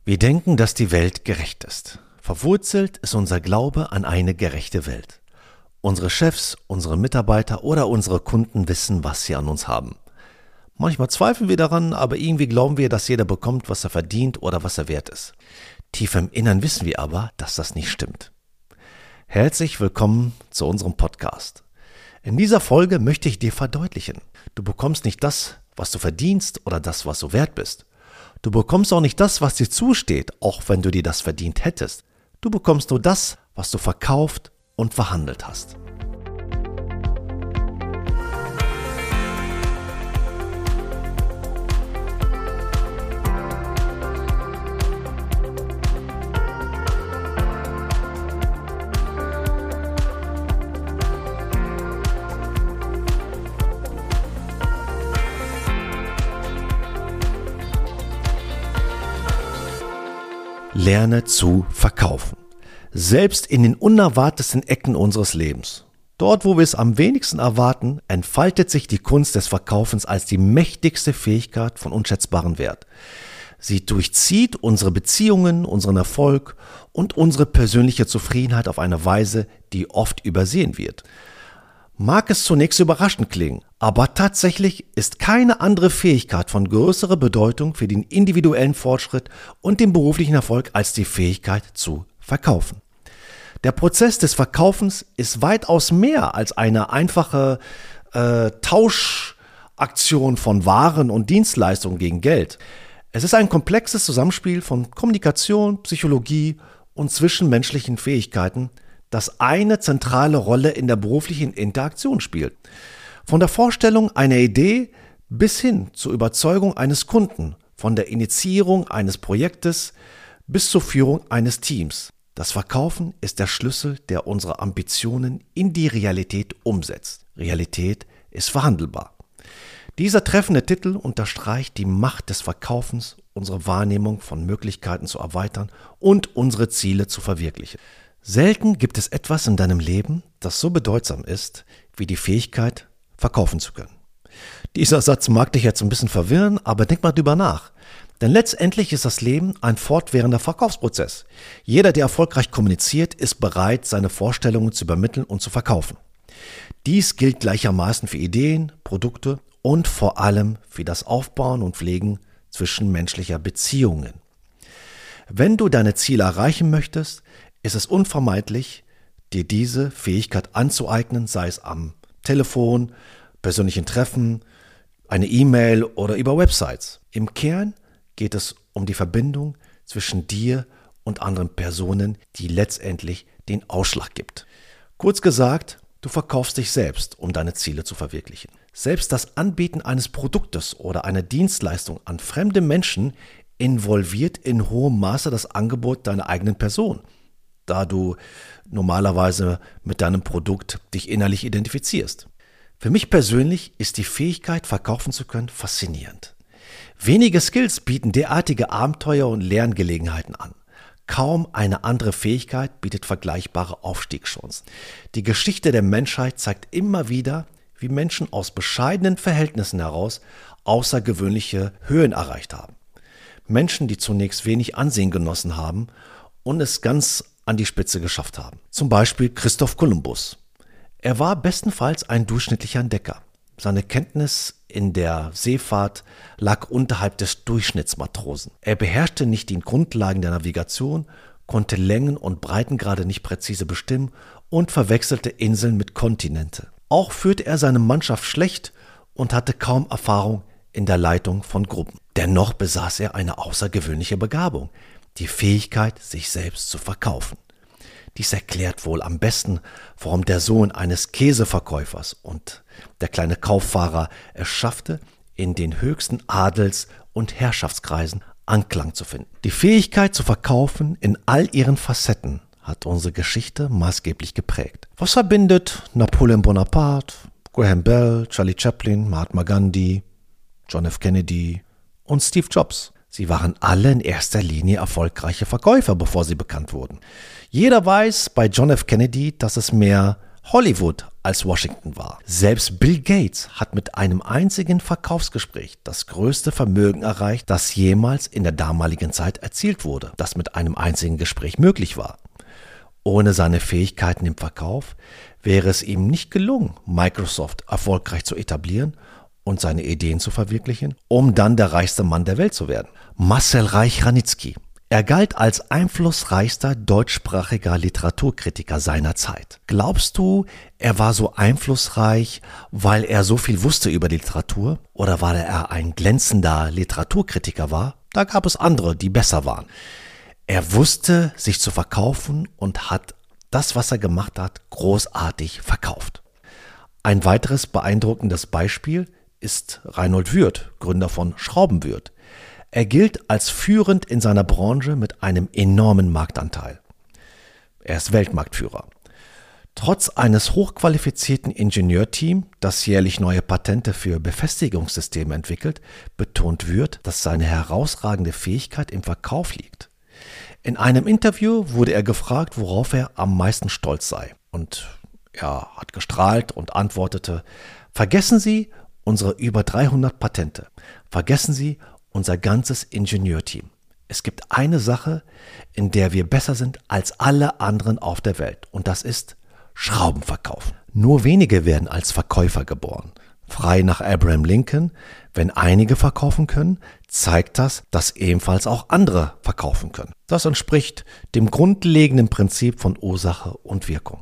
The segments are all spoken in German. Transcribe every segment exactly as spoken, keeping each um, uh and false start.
Wir denken, dass die Welt gerecht ist. Verwurzelt ist unser Glaube an eine gerechte Welt. Unsere Chefs, unsere Mitarbeiter oder unsere Kunden wissen, was sie an uns haben. Manchmal zweifeln wir daran, aber irgendwie glauben wir, dass jeder bekommt, was er verdient oder was er wert ist. Tief im Innern wissen wir aber, dass das nicht stimmt. Herzlich willkommen zu unserem Podcast. In dieser Folge möchte ich dir verdeutlichen, du bekommst nicht das, was du verdienst oder das, was du wert bist. Du bekommst auch nicht das, was dir zusteht, auch wenn du dir das verdient hättest. Du bekommst nur das, was du verkauft und verhandelt hast. Lerne zu verkaufen. Selbst in den unerwartetsten Ecken unseres Lebens. Dort, wo wir es am wenigsten erwarten, entfaltet sich die Kunst des Verkaufens als die mächtigste Fähigkeit von unschätzbarem Wert. Sie durchzieht unsere Beziehungen, unseren Erfolg und unsere persönliche Zufriedenheit auf eine Weise, die oft übersehen wird. Mag es zunächst überraschend klingen, aber tatsächlich ist keine andere Fähigkeit von größerer Bedeutung für den individuellen Fortschritt und den beruflichen Erfolg als die Fähigkeit zu verkaufen. Der Prozess des Verkaufens ist weitaus mehr als eine einfache äh, Tauschaktion von Waren und Dienstleistungen gegen Geld. Es ist ein komplexes Zusammenspiel von Kommunikation, Psychologie und zwischenmenschlichen Fähigkeiten, das eine zentrale Rolle in der beruflichen Interaktion spielt. Von der Vorstellung einer Idee bis hin zur Überzeugung eines Kunden, von der Initiierung eines Projektes bis zur Führung eines Teams. Das Verkaufen ist der Schlüssel, der unsere Ambitionen in die Realität umsetzt. Realität ist verhandelbar. Dieser treffende Titel unterstreicht die Macht des Verkaufens, unsere Wahrnehmung von Möglichkeiten zu erweitern und unsere Ziele zu verwirklichen. Selten gibt es etwas in deinem Leben, das so bedeutsam ist, wie die Fähigkeit, verkaufen zu können. Dieser Satz mag dich jetzt ein bisschen verwirren, aber denk mal drüber nach. Denn letztendlich ist das Leben ein fortwährender Verkaufsprozess. Jeder, der erfolgreich kommuniziert, ist bereit, seine Vorstellungen zu übermitteln und zu verkaufen. Dies gilt gleichermaßen für Ideen, Produkte und vor allem für das Aufbauen und Pflegen zwischenmenschlicher Beziehungen. Wenn du deine Ziele erreichen möchtest, ist es unvermeidlich, dir diese Fähigkeit anzueignen, sei es am Telefon, persönlichen Treffen, eine E-Mail oder über Websites. Im Kern geht es um die Verbindung zwischen dir und anderen Personen, die letztendlich den Ausschlag gibt. Kurz gesagt, du verkaufst dich selbst, um deine Ziele zu verwirklichen. Selbst das Anbieten eines Produktes oder einer Dienstleistung an fremde Menschen involviert in hohem Maße das Angebot deiner eigenen Person, da du normalerweise mit deinem Produkt dich innerlich identifizierst. Für mich persönlich ist die Fähigkeit, verkaufen zu können, faszinierend. Wenige Skills bieten derartige Abenteuer und Lerngelegenheiten an. Kaum eine andere Fähigkeit bietet vergleichbare Aufstiegschancen. Die Geschichte der Menschheit zeigt immer wieder, wie Menschen aus bescheidenen Verhältnissen heraus außergewöhnliche Höhen erreicht haben. Menschen, die zunächst wenig Ansehen genossen haben und es ganz an die Spitze geschafft haben. Zum Beispiel Christoph Kolumbus. Er war bestenfalls ein durchschnittlicher Entdecker. Seine Kenntnis in der Seefahrt lag unterhalb des Durchschnittsmatrosen. Er beherrschte nicht die Grundlagen der Navigation, konnte Längen und Breitengrade nicht präzise bestimmen und verwechselte Inseln mit Kontinente. Auch führte er seine Mannschaft schlecht und hatte kaum Erfahrung in der Leitung von Gruppen. Dennoch besaß er eine außergewöhnliche Begabung, die Fähigkeit, sich selbst zu verkaufen. Dies erklärt wohl am besten, warum der Sohn eines Käseverkäufers und der kleine Kauffahrer es schaffte, in den höchsten Adels- und Herrschaftskreisen Anklang zu finden. Die Fähigkeit zu verkaufen in all ihren Facetten hat unsere Geschichte maßgeblich geprägt. Was verbindet Napoleon Bonaparte, Graham Bell, Charlie Chaplin, Mahatma Gandhi, John F. Kennedy und Steve Jobs? Sie waren alle in erster Linie erfolgreiche Verkäufer, bevor sie bekannt wurden. Jeder weiß bei John F. Kennedy, dass es mehr Hollywood als Washington war. Selbst Bill Gates hat mit einem einzigen Verkaufsgespräch das größte Vermögen erreicht, das jemals in der damaligen Zeit erzielt wurde, das mit einem einzigen Gespräch möglich war. Ohne seine Fähigkeiten im Verkauf wäre es ihm nicht gelungen, Microsoft erfolgreich zu etablieren und seine Ideen zu verwirklichen, um dann der reichste Mann der Welt zu werden. Marcel Reich-Ranitzky. Er galt als einflussreichster deutschsprachiger Literaturkritiker seiner Zeit. Glaubst du, er war so einflussreich, weil er so viel wusste über die Literatur? Oder weil er ein glänzender Literaturkritiker war? Da gab es andere, die besser waren. Er wusste, sich zu verkaufen und hat das, was er gemacht hat, großartig verkauft. Ein weiteres beeindruckendes Beispiel ist Reinhold Würth, Gründer von Schraubenwürth. Er gilt als führend in seiner Branche mit einem enormen Marktanteil. Er ist Weltmarktführer. Trotz eines hochqualifizierten Ingenieurteams, das jährlich neue Patente für Befestigungssysteme entwickelt, betont Würth, dass seine herausragende Fähigkeit im Verkauf liegt. In einem Interview wurde er gefragt, worauf er am meisten stolz sei. Und er hat gestrahlt und antwortete: Vergessen Sie unsere über dreihundert Patente. Vergessen Sie unser ganzes Ingenieurteam. Es gibt eine Sache, in der wir besser sind als alle anderen auf der Welt. Und das ist Schrauben verkaufen. Nur wenige werden als Verkäufer geboren. Frei nach Abraham Lincoln: Wenn einige verkaufen können, zeigt das, dass ebenfalls auch andere verkaufen können. Das entspricht dem grundlegenden Prinzip von Ursache und Wirkung.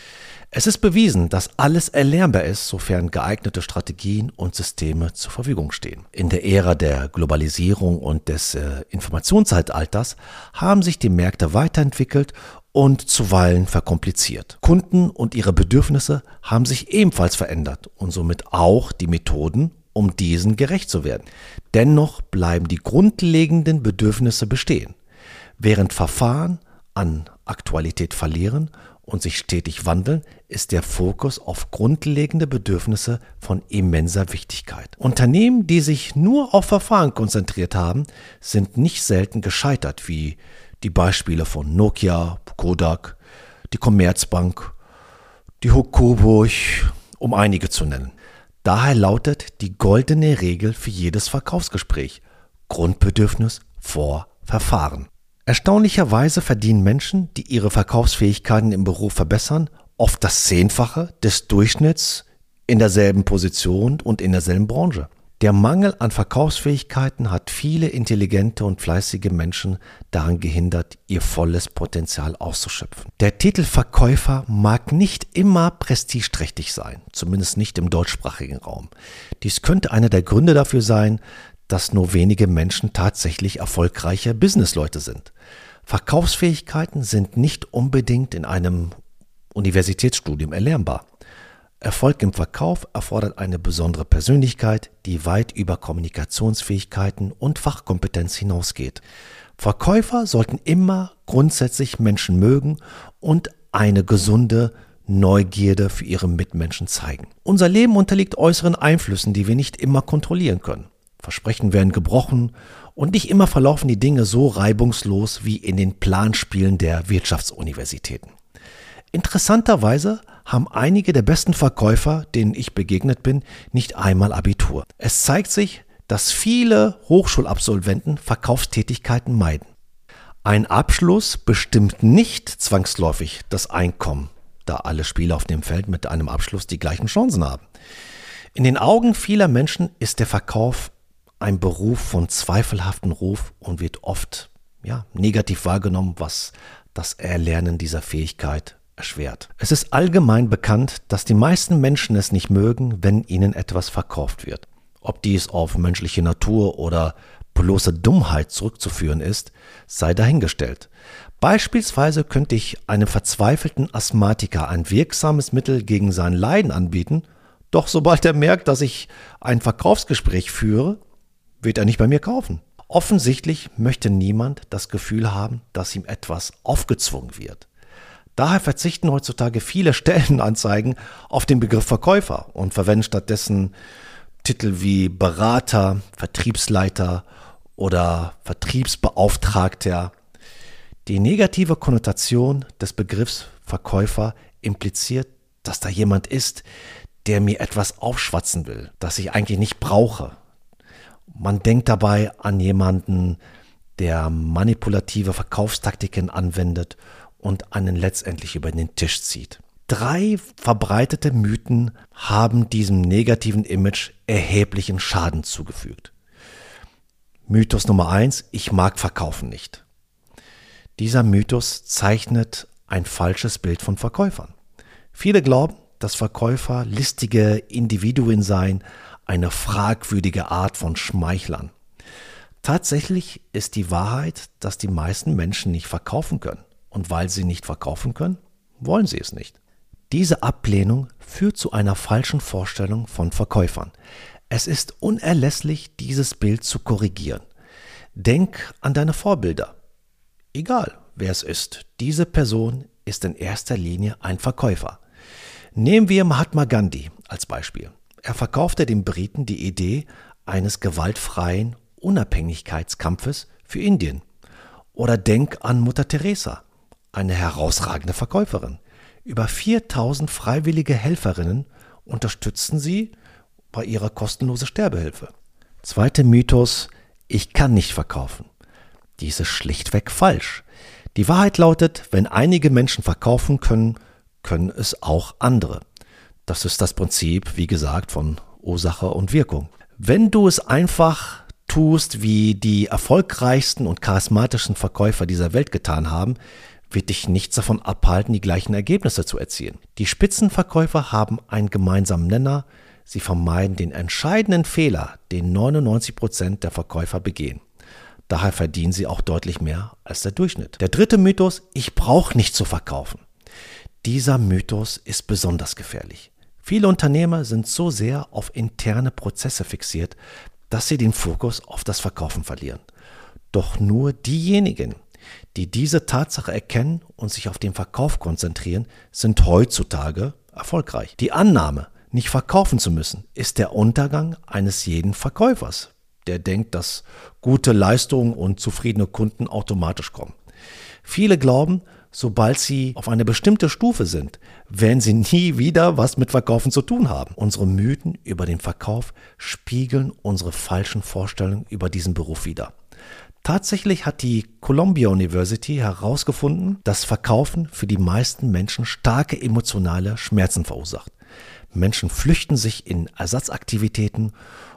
Es ist bewiesen, dass alles erlernbar ist, sofern geeignete Strategien und Systeme zur Verfügung stehen. In der Ära der Globalisierung und des äh, Informationszeitalters haben sich die Märkte weiterentwickelt und zuweilen verkompliziert. Kunden und ihre Bedürfnisse haben sich ebenfalls verändert und somit auch die Methoden, um diesen gerecht zu werden. Dennoch bleiben die grundlegenden Bedürfnisse bestehen, während Verfahren an Aktualität verlieren und sich stetig wandeln, ist der Fokus auf grundlegende Bedürfnisse von immenser Wichtigkeit. Unternehmen, die sich nur auf Verfahren konzentriert haben, sind nicht selten gescheitert, wie die Beispiele von Nokia, Kodak, die Commerzbank, die Hokoburg, um einige zu nennen. Daher lautet die goldene Regel für jedes Verkaufsgespräch: Grundbedürfnis vor Verfahren. Erstaunlicherweise verdienen Menschen, die ihre Verkaufsfähigkeiten im Beruf verbessern, oft das Zehnfache des Durchschnitts in derselben Position und in derselben Branche. Der Mangel an Verkaufsfähigkeiten hat viele intelligente und fleißige Menschen daran gehindert, ihr volles Potenzial auszuschöpfen. Der Titel Verkäufer mag nicht immer prestigeträchtig sein, zumindest nicht im deutschsprachigen Raum. Dies könnte einer der Gründe dafür sein, dass nur wenige Menschen tatsächlich erfolgreiche Businessleute sind. Verkaufsfähigkeiten sind nicht unbedingt in einem Universitätsstudium erlernbar. Erfolg im Verkauf erfordert eine besondere Persönlichkeit, die weit über Kommunikationsfähigkeiten und Fachkompetenz hinausgeht. Verkäufer sollten immer grundsätzlich Menschen mögen und eine gesunde Neugierde für ihre Mitmenschen zeigen. Unser Leben unterliegt äußeren Einflüssen, die wir nicht immer kontrollieren können. Versprechen werden gebrochen und nicht immer verlaufen die Dinge so reibungslos wie in den Planspielen der Wirtschaftsuniversitäten. Interessanterweise haben einige der besten Verkäufer, denen ich begegnet bin, nicht einmal Abitur. Es zeigt sich, dass viele Hochschulabsolventen Verkaufstätigkeiten meiden. Ein Abschluss bestimmt nicht zwangsläufig das Einkommen, da alle Spieler auf dem Feld mit einem Abschluss die gleichen Chancen haben. In den Augen vieler Menschen ist der Verkauf ein Beruf von zweifelhaftem Ruf und wird oft ja, negativ wahrgenommen, was das Erlernen dieser Fähigkeit erschwert. Es ist allgemein bekannt, dass die meisten Menschen es nicht mögen, wenn ihnen etwas verkauft wird. Ob dies auf menschliche Natur oder bloße Dummheit zurückzuführen ist, sei dahingestellt. Beispielsweise könnte ich einem verzweifelten Asthmatiker ein wirksames Mittel gegen sein Leiden anbieten, doch sobald er merkt, dass ich ein Verkaufsgespräch führe, wird er nicht bei mir kaufen. Offensichtlich möchte niemand das Gefühl haben, dass ihm etwas aufgezwungen wird. Daher verzichten heutzutage viele Stellenanzeigen auf den Begriff Verkäufer und verwenden stattdessen Titel wie Berater, Vertriebsleiter oder Vertriebsbeauftragter. Die negative Konnotation des Begriffs Verkäufer impliziert, dass da jemand ist, der mir etwas aufschwatzen will, das ich eigentlich nicht brauche. Man denkt dabei an jemanden, der manipulative Verkaufstaktiken anwendet und einen letztendlich über den Tisch zieht. Drei verbreitete Mythen haben diesem negativen Image erheblichen Schaden zugefügt. Mythos Nummer eins: Ich mag Verkaufen nicht. Dieser Mythos zeichnet ein falsches Bild von Verkäufern. Viele glauben, dass Verkäufer listige Individuen seien, eine fragwürdige Art von Schmeichlern. Tatsächlich ist die Wahrheit, dass die meisten Menschen nicht verkaufen können. Und weil sie nicht verkaufen können, wollen sie es nicht. Diese Ablehnung führt zu einer falschen Vorstellung von Verkäufern. Es ist unerlässlich, dieses Bild zu korrigieren. Denk an deine Vorbilder. Egal, wer es ist, diese Person ist in erster Linie ein Verkäufer. Nehmen wir Mahatma Gandhi als Beispiel. Er verkaufte den Briten die Idee eines gewaltfreien Unabhängigkeitskampfes für Indien. Oder denk an Mutter Teresa, eine herausragende Verkäuferin. Über viertausend freiwillige Helferinnen unterstützen sie bei ihrer kostenlosen Sterbehilfe. Zweiter Mythos: Ich kann nicht verkaufen. Dies ist schlichtweg falsch. Die Wahrheit lautet, wenn einige Menschen verkaufen können, können es auch andere. Das ist das Prinzip, wie gesagt, von Ursache und Wirkung. Wenn du es einfach tust, wie die erfolgreichsten und charismatischen Verkäufer dieser Welt getan haben, wird dich nichts davon abhalten, die gleichen Ergebnisse zu erzielen. Die Spitzenverkäufer haben einen gemeinsamen Nenner: Sie vermeiden den entscheidenden Fehler, den neunundneunzig Prozent der Verkäufer begehen. Daher verdienen sie auch deutlich mehr als der Durchschnitt. Der dritte Mythos: Ich brauche nicht zu verkaufen. Dieser Mythos ist besonders gefährlich. Viele Unternehmer sind so sehr auf interne Prozesse fixiert, dass sie den Fokus auf das Verkaufen verlieren. Doch nur diejenigen, die diese Tatsache erkennen und sich auf den Verkauf konzentrieren, sind heutzutage erfolgreich. Die Annahme, nicht verkaufen zu müssen, ist der Untergang eines jeden Verkäufers, der denkt, dass gute Leistungen und zufriedene Kunden automatisch kommen. Viele glauben, sobald sie auf einer bestimmten Stufe sind, werden sie nie wieder was mit Verkaufen zu tun haben. Unsere Mythen über den Verkauf spiegeln unsere falschen Vorstellungen über diesen Beruf wider. Tatsächlich hat die Columbia University herausgefunden, dass Verkaufen für die meisten Menschen starke emotionale Schmerzen verursacht. Menschen flüchten sich in Ersatzaktivitäten,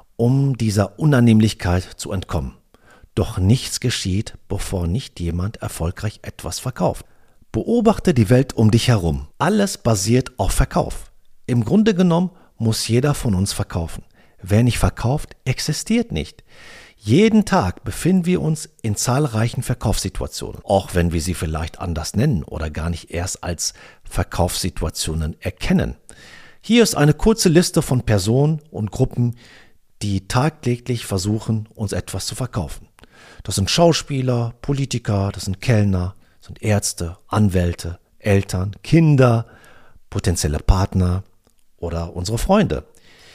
um dieser Unannehmlichkeit zu entkommen. Doch nichts geschieht, bevor nicht jemand erfolgreich etwas verkauft. Beobachte die Welt um dich herum. Alles basiert auf Verkauf. Im Grunde genommen muss jeder von uns verkaufen. Wer nicht verkauft, existiert nicht. Jeden Tag befinden wir uns in zahlreichen Verkaufssituationen, auch wenn wir sie vielleicht anders nennen oder gar nicht erst als Verkaufssituationen erkennen. Hier ist eine kurze Liste von Personen und Gruppen, die tagtäglich versuchen, uns etwas zu verkaufen. Das sind Schauspieler, Politiker, das sind Kellner, das sind Ärzte, Anwälte, Eltern, Kinder, potenzielle Partner oder unsere Freunde.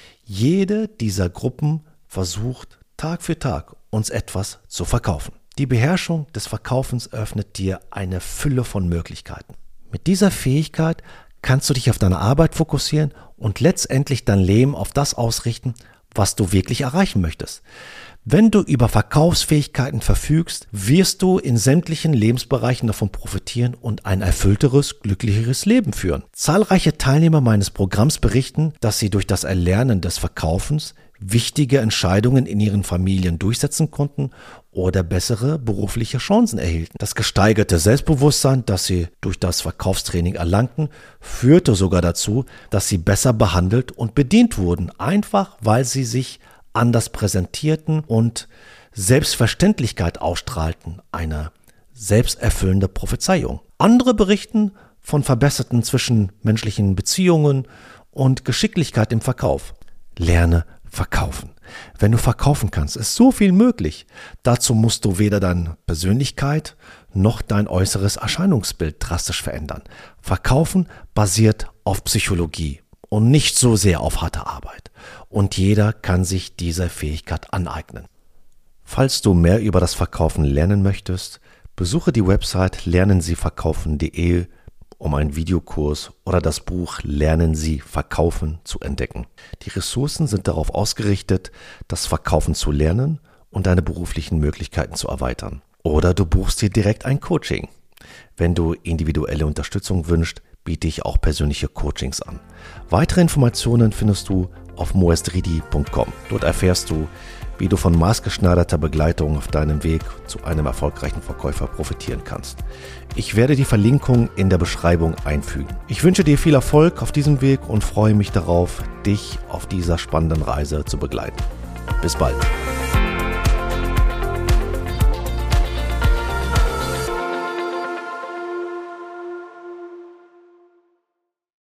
Jede dieser Gruppen versucht Tag für Tag uns etwas zu verkaufen. Die Beherrschung des Verkaufens öffnet dir eine Fülle von Möglichkeiten. Mit dieser Fähigkeit kannst du dich auf deine Arbeit fokussieren und letztendlich dein Leben auf das ausrichten, was du wirklich erreichen möchtest. Wenn du über Verkaufsfähigkeiten verfügst, wirst du in sämtlichen Lebensbereichen davon profitieren und ein erfüllteres, glücklicheres Leben führen. Zahlreiche Teilnehmer meines Programms berichten, dass sie durch das Erlernen des Verkaufens wichtige Entscheidungen in ihren Familien durchsetzen konnten oder bessere berufliche Chancen erhielten. Das gesteigerte Selbstbewusstsein, das sie durch das Verkaufstraining erlangten, führte sogar dazu, dass sie besser behandelt und bedient wurden, einfach weil sie sich anders präsentierten und Selbstverständlichkeit ausstrahlten, eine selbsterfüllende Prophezeiung. Andere berichten von verbesserten zwischenmenschlichen Beziehungen und Geschicklichkeit im Verkauf. Lerne verkaufen. Wenn du verkaufen kannst, ist so viel möglich. Dazu musst du weder deine Persönlichkeit noch dein äußeres Erscheinungsbild drastisch verändern. Verkaufen basiert auf Psychologie und nicht so sehr auf harte Arbeit. Und jeder kann sich diese Fähigkeit aneignen. Falls du mehr über das Verkaufen lernen möchtest, besuche die Website lernen sie verkaufen punkt de um einen Videokurs oder das Buch Lernen Sie Verkaufen zu entdecken. Die Ressourcen sind darauf ausgerichtet, das Verkaufen zu lernen und deine beruflichen Möglichkeiten zu erweitern. Oder du buchst dir direkt ein Coaching. Wenn du individuelle Unterstützung wünschst, biete ich auch persönliche Coachings an. Weitere Informationen findest du auf moestridi punkt com. Dort erfährst du, wie du von maßgeschneiderter Begleitung auf deinem Weg zu einem erfolgreichen Verkäufer profitieren kannst. Ich werde die Verlinkung in der Beschreibung einfügen. Ich wünsche dir viel Erfolg auf diesem Weg und freue mich darauf, dich auf dieser spannenden Reise zu begleiten. Bis bald.